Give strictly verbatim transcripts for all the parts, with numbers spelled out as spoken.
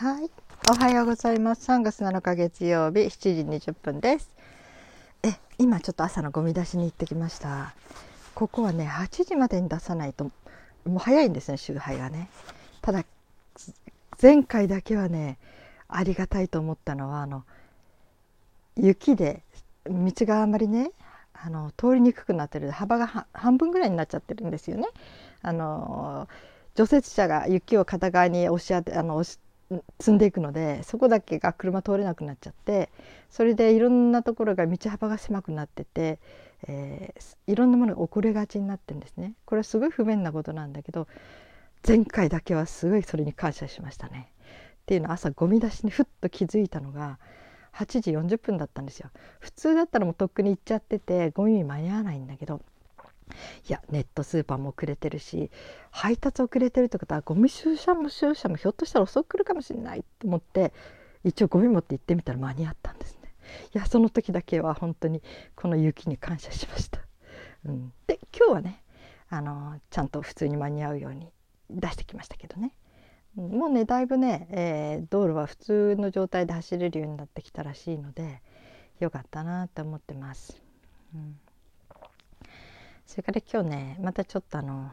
はい、おはようございます。さんがつなのか月曜日しちじにじゅっぷんです。え今ちょっと朝のゴミ出しに行ってきました。ここはねはちじまでに出さないともう早いんですね、集配がね。ただ前回だけはねありがたいと思ったのは、あの雪で道があんまりねあの通りにくくなってる、幅が半分ぐらいになっちゃってるんですよね。あの除雪車が雪を片側に押し当てあの押し積んでいくので、そこだけが車通れなくなっちゃって、それでいろんなところが道幅が狭くなってて、えー、いろんなものが遅れがちになってるんですね。これはすごい不便なことなんだけど、前回だけはすごいそれに感謝しましたね。っていうのは、朝ゴミ出しにふっと気づいたのがはちじよんじゅっぷんだったんですよ。普通だったらもうとっくに行っちゃっててゴミに間に合わないんだけど、いやネットスーパーも遅れてるし、配達遅れてるってことはゴミ収集車も収集車もひょっとしたら遅く来るかもしれないと思って、一応ゴミ持って行ってみたら間に合ったんですね。いやその時だけは本当にこの雪に感謝しました。うん、で今日はねあのちゃんと普通に間に合うように出してきましたけどね。もうねだいぶね、えー、道路は普通の状態で走れるようになってきたらしいので、よかったなと思ってます。うん、それから今日ねまたちょっとあの、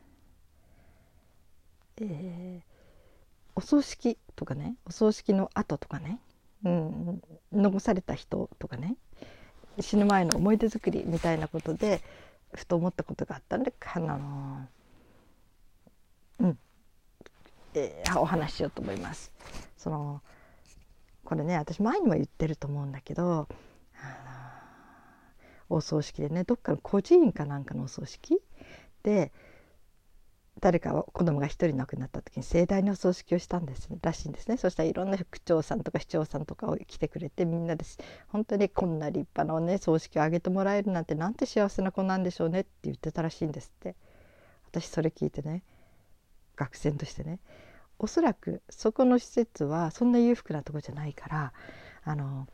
えー、お葬式とかね、お葬式の後とかね、うん、残された人とかね、死ぬ前の思い出作りみたいなことでふと思ったことがあったので、あの、うんえー、お話ししようと思います。そのこれね私前にも言ってると思うんだけど、お葬式でね、どっかの孤児院かなんかのお葬式で誰か子供が一人亡くなった時に盛大にお葬式をしたんですらしいんですね。そしたらいろんな区長さんとか市長さんとかを来てくれて、みんなで本当にこんな立派な、ね、葬式を挙げてもらえるなんてなんて幸せな子なんでしょうねって言ってたらしいんですって。私それ聞いてね、学生としてね、おそらくそこの施設はそんな裕福なとこじゃないから、あの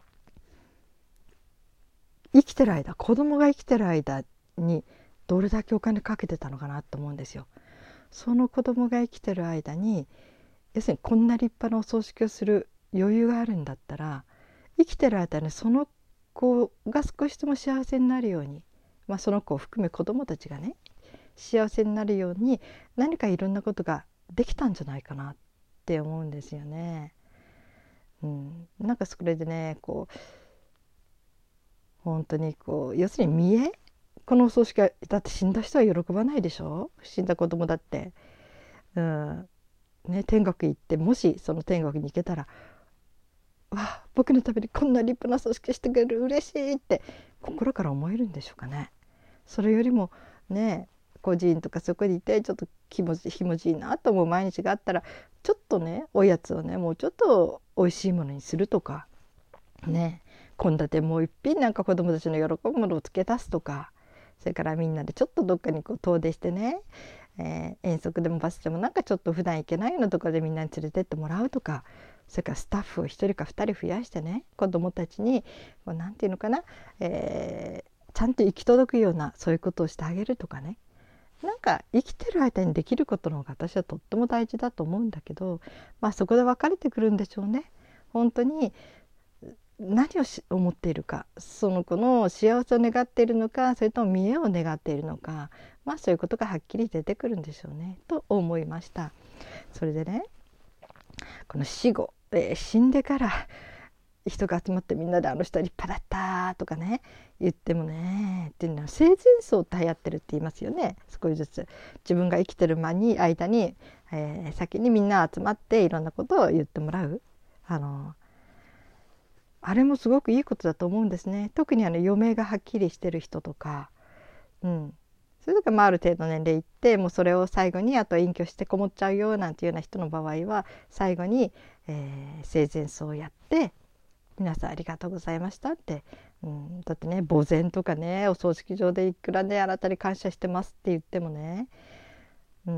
生きてる間、子供が生きてる間にどれだけお金かけてたのかなと思うんですよ。その子供が生きてる間に、要するにこんな立派なお葬式をする余裕があるんだったら、生きてる間にその子が少しでも幸せになるように、まあ、その子を含め子供たちがね幸せになるように何かいろんなことができたんじゃないかなって思うんですよね。うん、なんかそれでねこう本当にこう要するに見栄、このお葬式はだって死んだ人は喜ばないでしょ、死んだ子供だって。うんね、天国行ってもしその天国に行けたら、わあ僕のためにこんな立派な葬式してくれる嬉しいって心から思えるんでしょうかね。それよりもね孤児院とかそこにいてちょっと気持ちひもじいなと思う毎日があったら、ちょっとねおやつをねもうちょっと美味しいものにするとかね、献立もう一品なんか子どもたちの喜ぶものを付け足すとか、それからみんなでちょっとどっかにこう遠出してね、えー、遠足でもバスでもなんかちょっと普段行けないようなところでみんなに連れてってもらうとか、それからスタッフをひとりかふたり増やしてね、子どもたちにこうなんていうのかな、えー、ちゃんと行き届くようなそういうことをしてあげるとかね、なんか生きてる間にできることの方が私はとっても大事だと思うんだけど、まあそこで分かれてくるんでしょうね。本当に何をし思っているか、その子の幸せを願っているのか、それとも見栄を願っているのか、まあそういうことがはっきり出てくるんでしょうねと思いました。それでね、この死後、えー、死んでから人が集まってみんなであの人は立派だったとかね言ってもねっていうのは、生前葬って流行ってるって言いますよね。少しずつ自分が生きてる間に間に、えー、先にみんな集まっていろんなことを言ってもらう、あのあれもすごくいいことだと思うんですね。特にあの余命がはっきりしてる人とか、うん、それとか、まあ、ある程度年齢いってもうそれを最後にあと隠居してこもっちゃうよなんていうような人の場合は最後に、えー、生前葬をやって皆さんありがとうございましたって、うん、だってね墓前とかねお葬式場でいくらねあなたに感謝してますって言ってもね、うん、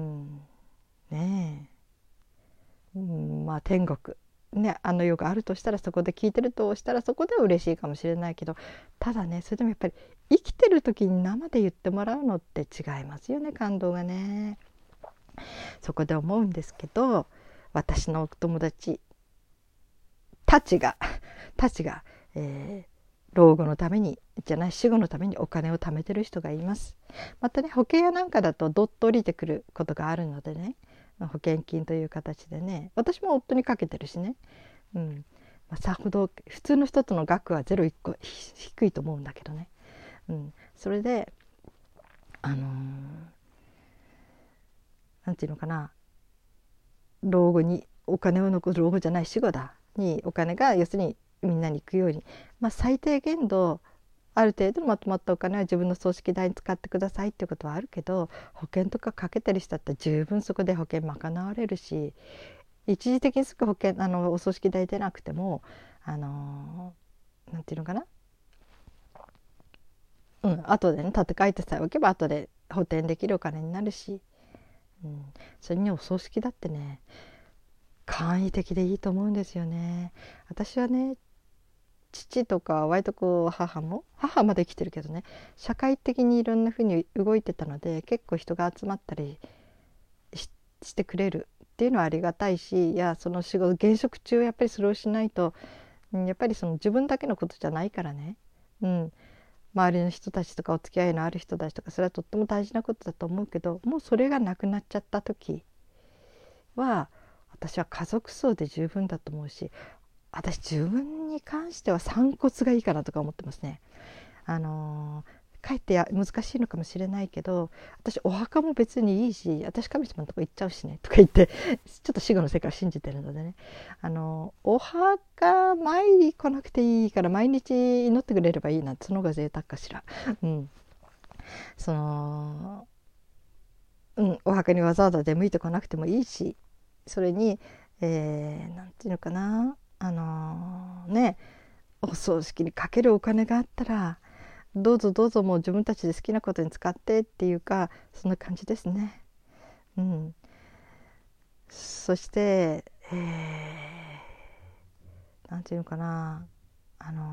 ねえ、うん、まあ天国ね、あの世があるとしたらそこで聞いてるとしたらそこでは嬉しいかもしれないけど、ただねそれでもやっぱり生きてる時に生で言ってもらうのって違いますよね、感動がね。そこで思うんですけど、 私のお友達たちがたちが、えー老後のためにじゃない死後のためにお金を貯めてる人がいます。またね、保険屋なんかだとどっと降りてくることがあるのでね、保険金という形でね、私も夫にかけてるしね、うんまあ、さほど普通の人との額はゼロいっこ低いと思うんだけどね、うん、それであのー、なんていうのかな、老後にお金を残す、老後じゃない死後だにお金が要するにみんなに行くように、まあ、最低限度ある程度のまとまったお金は自分の葬式代に使ってくださいっていうことはあるけど、保険とかかけてる人だったら十分そこで保険賄われるし、一時的にすぐ保険あのお葬式代出なくてもあのなんていうのかな、うん後でね立て替えてさえおけば後で補填できるお金になるし、うん、それにお葬式だってね簡易的でいいと思うんですよね。私はね、父とか割とこう母も母まで生きてるけどね、社会的にいろんな風に動いてたので結構人が集まったり し, してくれるっていうのはありがたいし、いやその仕事現職中やっぱりそれをしないと、やっぱりその自分だけのことじゃないからね、うん、周りの人たちとかお付き合いのある人たちとかそれはとっても大事なことだと思うけど、もうそれがなくなっちゃった時は私は家族葬で十分だと思うし、私自分に関しては散骨がいいかなとか思ってますね。あのー、かえってや難しいのかもしれないけど、私お墓も別にいいし、私神様のとこ行っちゃうしねとか言ってちょっと死後の世界を信じてるのでね、あのー、お墓参り来なくていいから毎日祈ってくれればいいなんて、その方が贅沢かしら。うん、その、うん、お墓にわざわざ出向いてこなくてもいいし、それに、えー、なんていうのかな、あのー、ねお葬式にかけるお金があったらどうぞどうぞもう自分たちで好きなことに使ってっていうか、そんな感じですね。うん、そして、えー、なんていうのかな、あの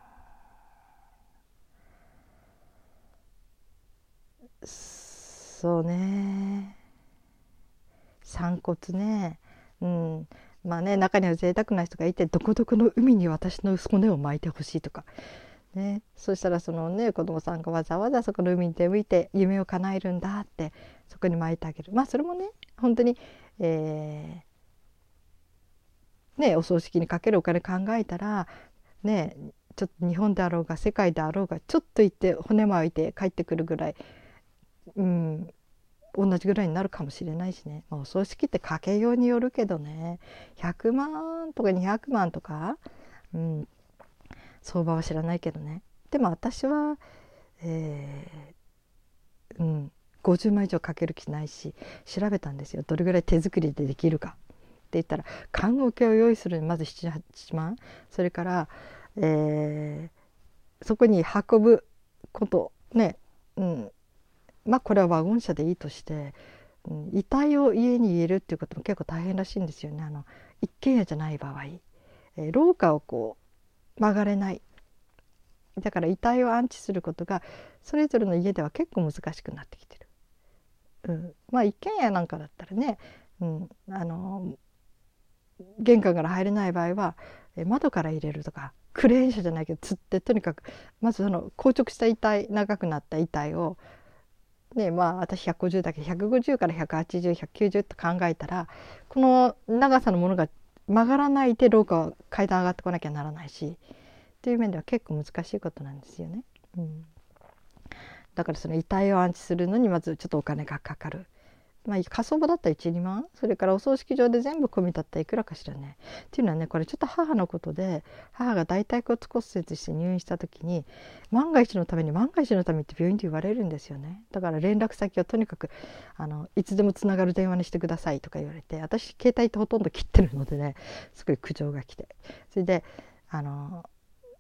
ー、そうね、散骨ね、うん、まあね、中には贅沢な人がいて、どこどこの海に私の骨を巻いてほしいとか、ね、そしたらそのね子供さんがわざわざそこの海に出向いて夢を叶えるんだってそこに巻いてあげる。まあそれもね本当に、えー、ねお葬式にかけるお金考えたらね、ちょっと日本であろうが世界であろうがちょっと行って骨巻いて帰ってくるぐらい、うん、同じぐらいになるかもしれないしね。まあ、お葬式ってかけようによるけどね、ひゃくまんとかにひゃくまんとか、うん、相場は知らないけどね。でも私は、えーうん、ごじゅうまん以上かける気ないし、調べたんですよ、どれぐらい手作りでできるかって言ったら、看護系を用意するのにまずななはちまん、それから、えー、そこに運ぶことね、うん、まあこれはワゴン車でいいとして、うん、遺体を家に入れるっていうことも結構大変らしいんですよね。あの一軒家じゃない場合、えー、廊下をこう曲がれない、だから遺体を安置することがそれぞれの家では結構難しくなってきてる。うん、まあ一軒家なんかだったらね、うん、あの玄関から入れない場合は窓から入れるとか、クレーン車じゃないけどつって、とにかくまずその硬直した遺体、長くなった遺体をね、まあ私ひゃくごじゅうだけどひゃくごじゅうからひゃくはちじゅう、ひゃくきゅうじゅうと考えたら、この長さのものが曲がらないで廊下を階段上がってこなきゃならないしっていう面では結構難しいことなんですよね。うん、だからその遺体を安置するのにまずちょっとお金がかかる。まあ、火葬場だったらいち、にまん、それからお葬式場で全部込みだったらいくらかしらね。っていうのはね、これちょっと母のことで、母が大腿骨骨折して入院した時に、万が一のために万が一のためって病院で言われるんですよね。だから連絡先をとにかくあのいつでもつながる電話にしてくださいとか言われて、私携帯ってほとんど切ってるのでね、すごい苦情が来て、それであの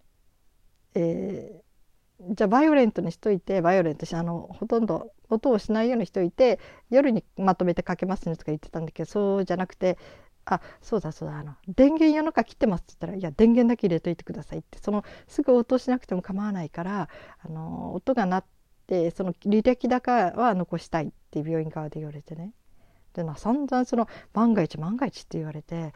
えーじゃあバイオレントにしといて、バイオレントしあのほとんど音をしないようにしといて夜にまとめてかけますねとか言ってたんだけど、そうじゃなくて、あ、そうだそうだ、あの電源夜中切ってますって言ったら、いや電源だけ入れといてくださいって、そのすぐ応答しなくても構わないから、あの音が鳴ってその履歴だけは残したいって病院側で言われてね、 でな散々その万が一万が一って言われて、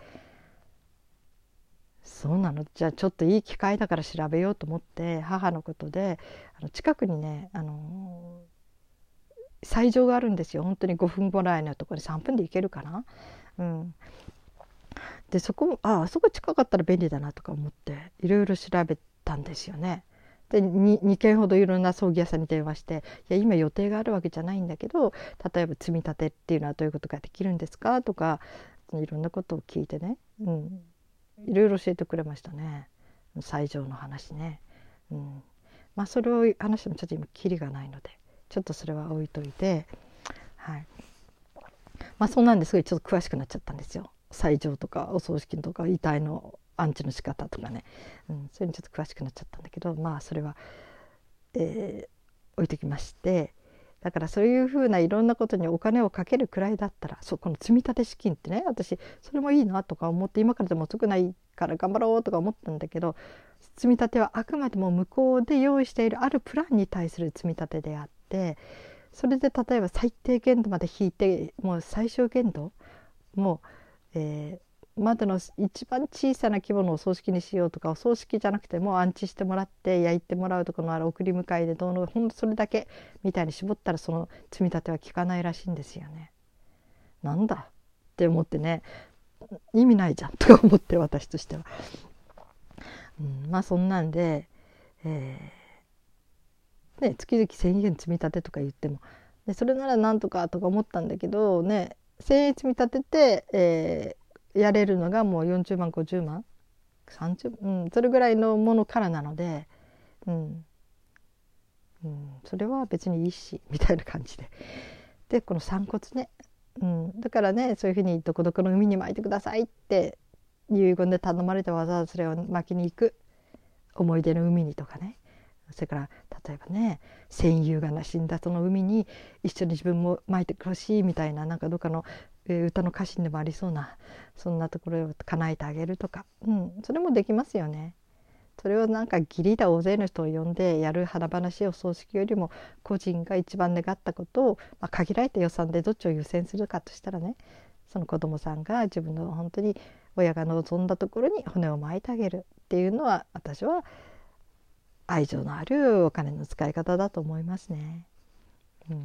そうなの、じゃあちょっといい機会だから調べようと思って母のことであの近くにねあの斎場があるんですよ。本当にごふんぐらいのところでさんぷんで行けるかな。うん、でそこああそこ近かったら便利だなとか思っていろいろ調べたんですよね。で 2, にけんほどいろんな葬儀屋さんに電話して「いや今予定があるわけじゃないんだけど例えば積み立てっていうのはどういうことができるんですか?」とかいろんなことを聞いてね、うん、いろいろ教えてくれましたね。斎場の話ね、うん、まあそれを話してもちょっと今キリがないのでちょっとそれは置いといて、はい、まあそんなんですごいちょっと詳しくなっちゃったんですよ。斎場とかお葬式とか遺体の安置の仕方とかね、うん、それにちょっと詳しくなっちゃったんだけど、まあそれは、えー、置いときまして、だからそういうふうないろんなことにお金をかけるくらいだったらそうこの積立資金ってね私それもいいなとか思って今からでも遅くないから頑張ろうとか思ったんだけど、積み立てはあくまでも向こうで用意しているあるプランに対する積み立てであって、それで例えば最低限度まで引いてもう最小限度もう、えーまでの一番小さな規模のお葬式にしようとか、お葬式じゃなくても安置してもらって焼いてもらうとこのある送り迎えでどうのほんとそれだけみたいに絞ったらその積み立ては効かないらしいんですよね。なんだって思ってね、意味ないじゃんとか思って私としては、うん、まあそんなんで、えーね、月々せんえん積み立てとか言ってもでそれならなんとかとか思ったんだけどね、せんえん積み立てて、えーやれるのがもうよんじゅうまんごじゅうまんさんじゅう、うん、それぐらいのものからなので、うんうん、それは別にいいしみたいな感じで、でこの散骨ね、うん、だからねそういうふうにどこどこの海に巻いてくださいって遺言で頼まれてわざわざそれを巻きに行く、思い出の海にとかね、それから例えばね戦友が死んだその海に一緒に自分も巻いてほしいみたいな、なんかどっかの、えー、歌の歌詞にでもありそうなそんなところを叶えてあげるとか、うん、それもできますよね。それをなんか義理だ大勢の人を呼んでやる華々しいお葬式よりも個人が一番願ったことを、まあ、限られた予算でどっちを優先するかとしたらね、その子供さんが自分の本当に親が望んだところに骨を巻いてあげるっていうのは私は愛情のあるお金の使い方だと思いますね。うん、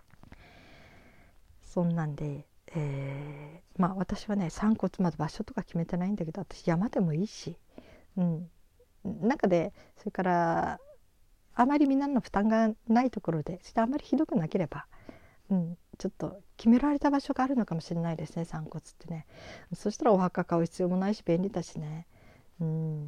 そんなんで、えー、まあ私はね散骨まだ場所とか決めてないんだけど私山でもいいし、うん、中でそれからあまりみんなの負担がないところでそしてあまりひどくなければ、うん、ちょっと決められた場所があるのかもしれないですね散骨ってね。そしたらお墓買う必要もないし便利だしね、うん、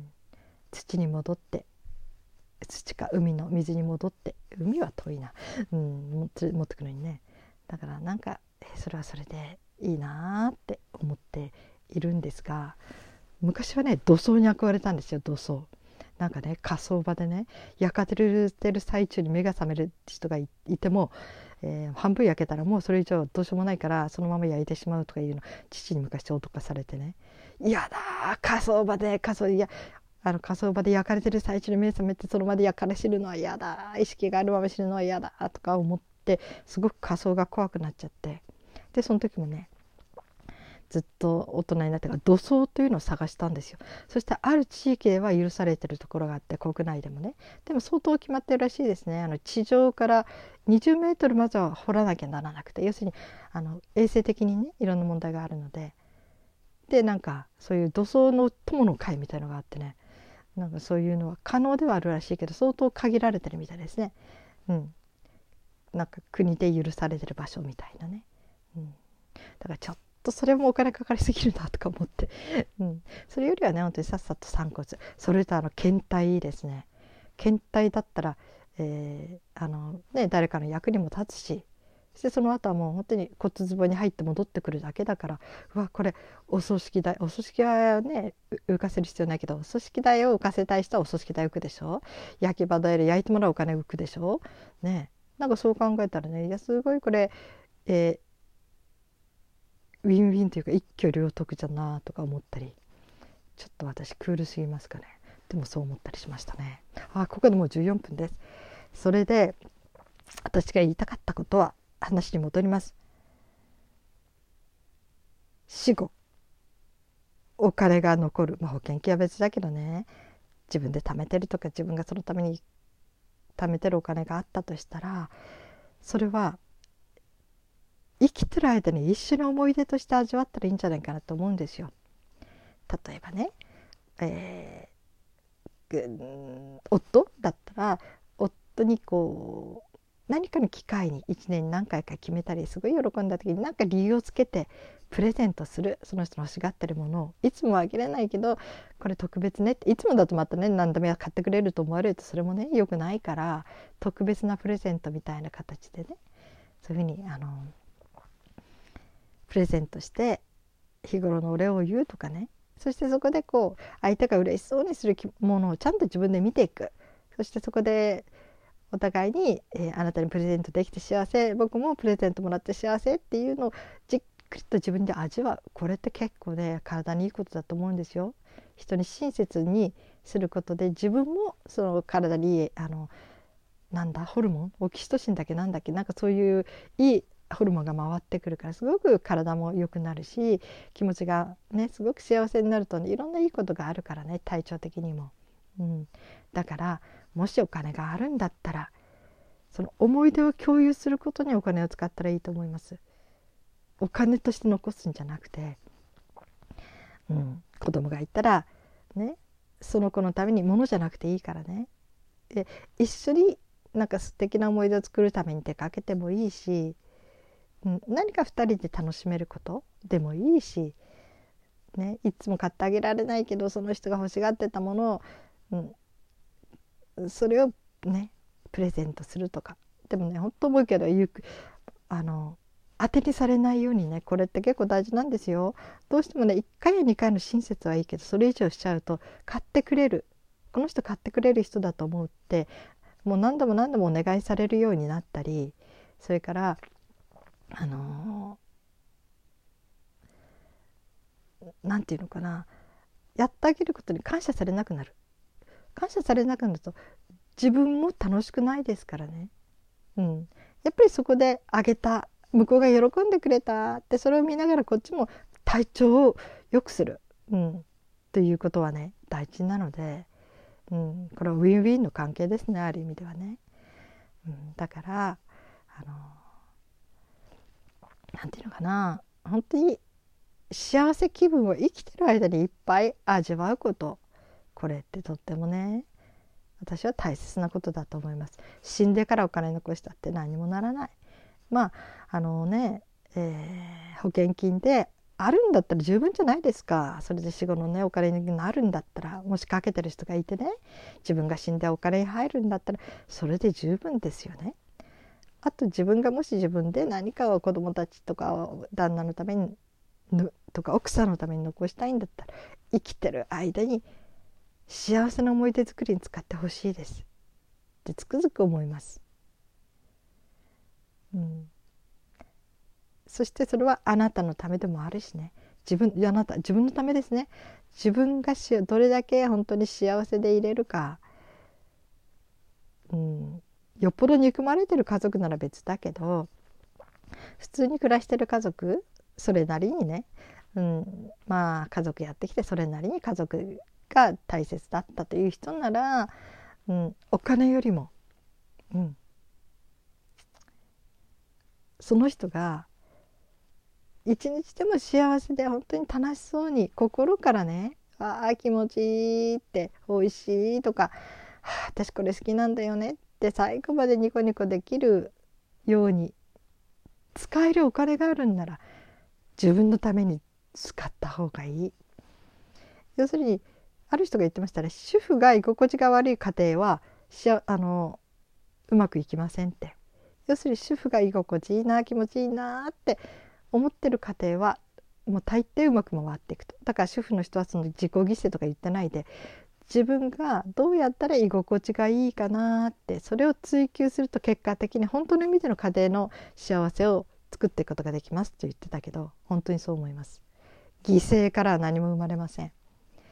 土に戻って土か海の水に戻って海は遠いな、うん、持って持ってくのにね、だからなんかそれはそれでいいなって思っているんですが、昔はね土葬に憧れたんですよ。土葬なんかね火葬場でね焼かれてる最中に目が覚める人が い, いても、えー、半分焼けたらもうそれ以上どうしようもないからそのまま焼いてしまうとかいうの父に昔脅かされてね、いやだ火葬場で火葬いやあの火葬場で焼かれてる最中に目覚めてその場で焼かれ死ぬのは嫌だ、意識があるまま死ぬのは嫌だとか思ってすごく火葬が怖くなっちゃって、でその時もねずっと大人になってから土葬というのを探したんですよ。そしてある地域では許されてるところがあって国内でもね、でも相当決まってるらしいですね。あの地上からにじゅうメートルまでは掘らなきゃならなくて、要するにあの衛生的にねいろんな問題があるので、でなんかそういう土葬の友の会みたいのがあってね、なんかそういうのは可能ではあるらしいけど相当限られてるみたいですね。うん、なんか国で許されてる場所みたいなね、うん、だからちょっとそれもお金かかりすぎるなとか思って、うん、それよりはね本当にさっさと散骨、それとあの検体ですね。検体だったら、えーあのね、誰かの役にも立つし、そしてその後はもう本当に骨壺に入って戻ってくるだけだから、うわこれお葬式代、お葬式はね浮かせる必要ないけどお葬式代を浮かせたい人はお葬式代浮くでしょ、焼き場代で焼いてもらうお金浮くでしょね。なんかそう考えたらね、いやすごいこれ、えー、ウィンウィンというか一挙両得じゃなとか思ったり、ちょっと私クールすぎますかね。でもそう思ったりしましたね。あ、ここでもうじゅうよんぷんです。それで私が言いたかったことは話に戻ります。 死後お金が残る、まあ、保険金は別だけどね、自分で貯めてるとか自分がそのために貯めてるお金があったとしたら、それは生きてる間に一緒に思い出として味わったらいいんじゃないかなと思うんですよ。例えばね、えー、夫だったら夫にこう何かの機会にいちねんに何回か決めたり、すごい喜んだ時に何か理由をつけてプレゼントする。その人の欲しがってるものをいつもはあげれないけどこれ特別ねって、いつもだとまたね何でも買ってくれると思われるとそれもね良くないから、特別なプレゼントみたいな形でね、そういうふうにあのプレゼントして日頃のお礼を言うとかね。そしてそこでこう相手が嬉しそうにするものをちゃんと自分で見ていく。そしてそこでお互いに、えー、あなたにプレゼントできて幸せ、僕もプレゼントもらって幸せっていうのをじっくりと自分で味わう。これって結構ね体にいいことだと思うんですよ。人に親切にすることで自分もその体にいいあのなんだホルモン、オキシトシンだけなんだっけ、なんかそういういいホルモンが回ってくるから、すごく体も良くなるし、気持ちがねすごく幸せになると、ね、いろんないいことがあるからね、体調的にも、うん、だからもしお金があるんだったらその思い出を共有することにお金を使ったらいいと思います。お金として残すんじゃなくて、うん、子供がいたらね、その子のために物じゃなくていいからね、で一緒になんか素敵な思い出を作るために出かけてもいいし、うん、何かふたりで楽しめることでもいいし、ね、いつも買ってあげられないけどその人が欲しがってたものを、うん、それをねプレゼントするとか。でもね本当思うけど、ゆくあの当てにされないようにね、これって結構大事なんですよ。どうしてもねいっかいやにかいの親切はいいけど、それ以上しちゃうと買ってくれる、この人買ってくれる人だと思うってもう何度も何度もお願いされるようになったり、それからあのなんていうのかな、やってあげることに感謝されなくなる。感謝されなくなると自分も楽しくないですからね、うん、やっぱりそこであげた、向こうが喜んでくれたって、それを見ながらこっちも体調を良くする、うん、ということはね大事なので、うん、これはウィンウィンの関係ですね、ある意味ではね、うん、だからあのなんていうのかな、本当に幸せ気分を生きてる間にいっぱい味わうこと、これってとってもね私は大切なことだと思います。死んでからお金残したって何もならない。まああのね、えー、保険金であるんだったら十分じゃないですか。それで死後のねお金になるんだったら、もしかけてる人がいてね、自分が死んでお金に入るんだったらそれで十分ですよね。あと自分がもし自分で何かを子どもたちとか旦那のためにとか奥さんのために残したいんだったら、生きてる間に幸せな思い出作りに使ってほしいですってつくづく思います、うん、そしてそれはあなたのためでもあるしね、自分あなた自分のためですね。自分がしどれだけ本当に幸せでいれるか、うん、よっぽど憎まれてる家族なら別だけど、普通に暮らしてる家族、それなりにね、うん、まあ家族やってきてそれなりに家族が大切だったという人なら、うん、お金よりも、うん、その人が一日でも幸せで本当に楽しそうに心からね、ああ気持ちいいって美味しいとか、はあ、私これ好きなんだよねって最後までニコニコできるように使えるお金があるんなら自分のために使った方がいい。要するにある人が言ってましたね、主婦が居心地が悪い家庭はしあのうまくいきませんって。要するに主婦が居心地いいな気持ちいいなって思ってる家庭はもう大抵うまく回っていくと。だから主婦の人はその自己犠牲とか言ってないで、自分がどうやったら居心地がいいかなってそれを追求すると結果的に本当の意味での家庭の幸せを作っていくことができますって言ってたけど、本当にそう思います。犠牲からは何も生まれません。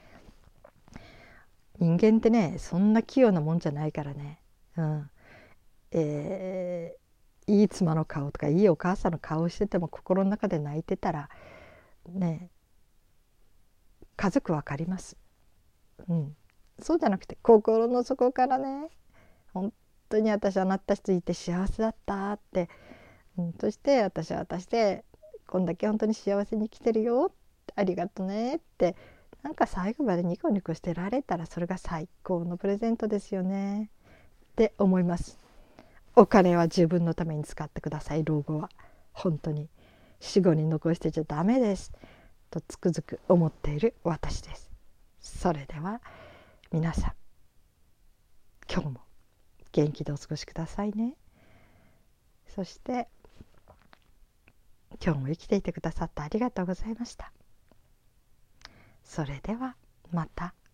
人間ってねそんな器用なもんじゃないからね、うんえー、いい妻の顔とかいいお母さんの顔をしてても心の中で泣いてたらね家族わかります、うん、そうじゃなくて心の底からね、本当に私あなたといて幸せだったって、うん、そして私は私でこんだけ本当に幸せに生きてるよ、ありがとねって、なんか最後までニコニコしてられたらそれが最高のプレゼントですよねって思います。お金は自分のために使ってください。老後は本当に死後に残してちゃダメですとつくづく思っている私です。それでは皆さん、今日も元気でお過ごしくださいね。そして今日も生きていてくださってありがとうございました。それではまた。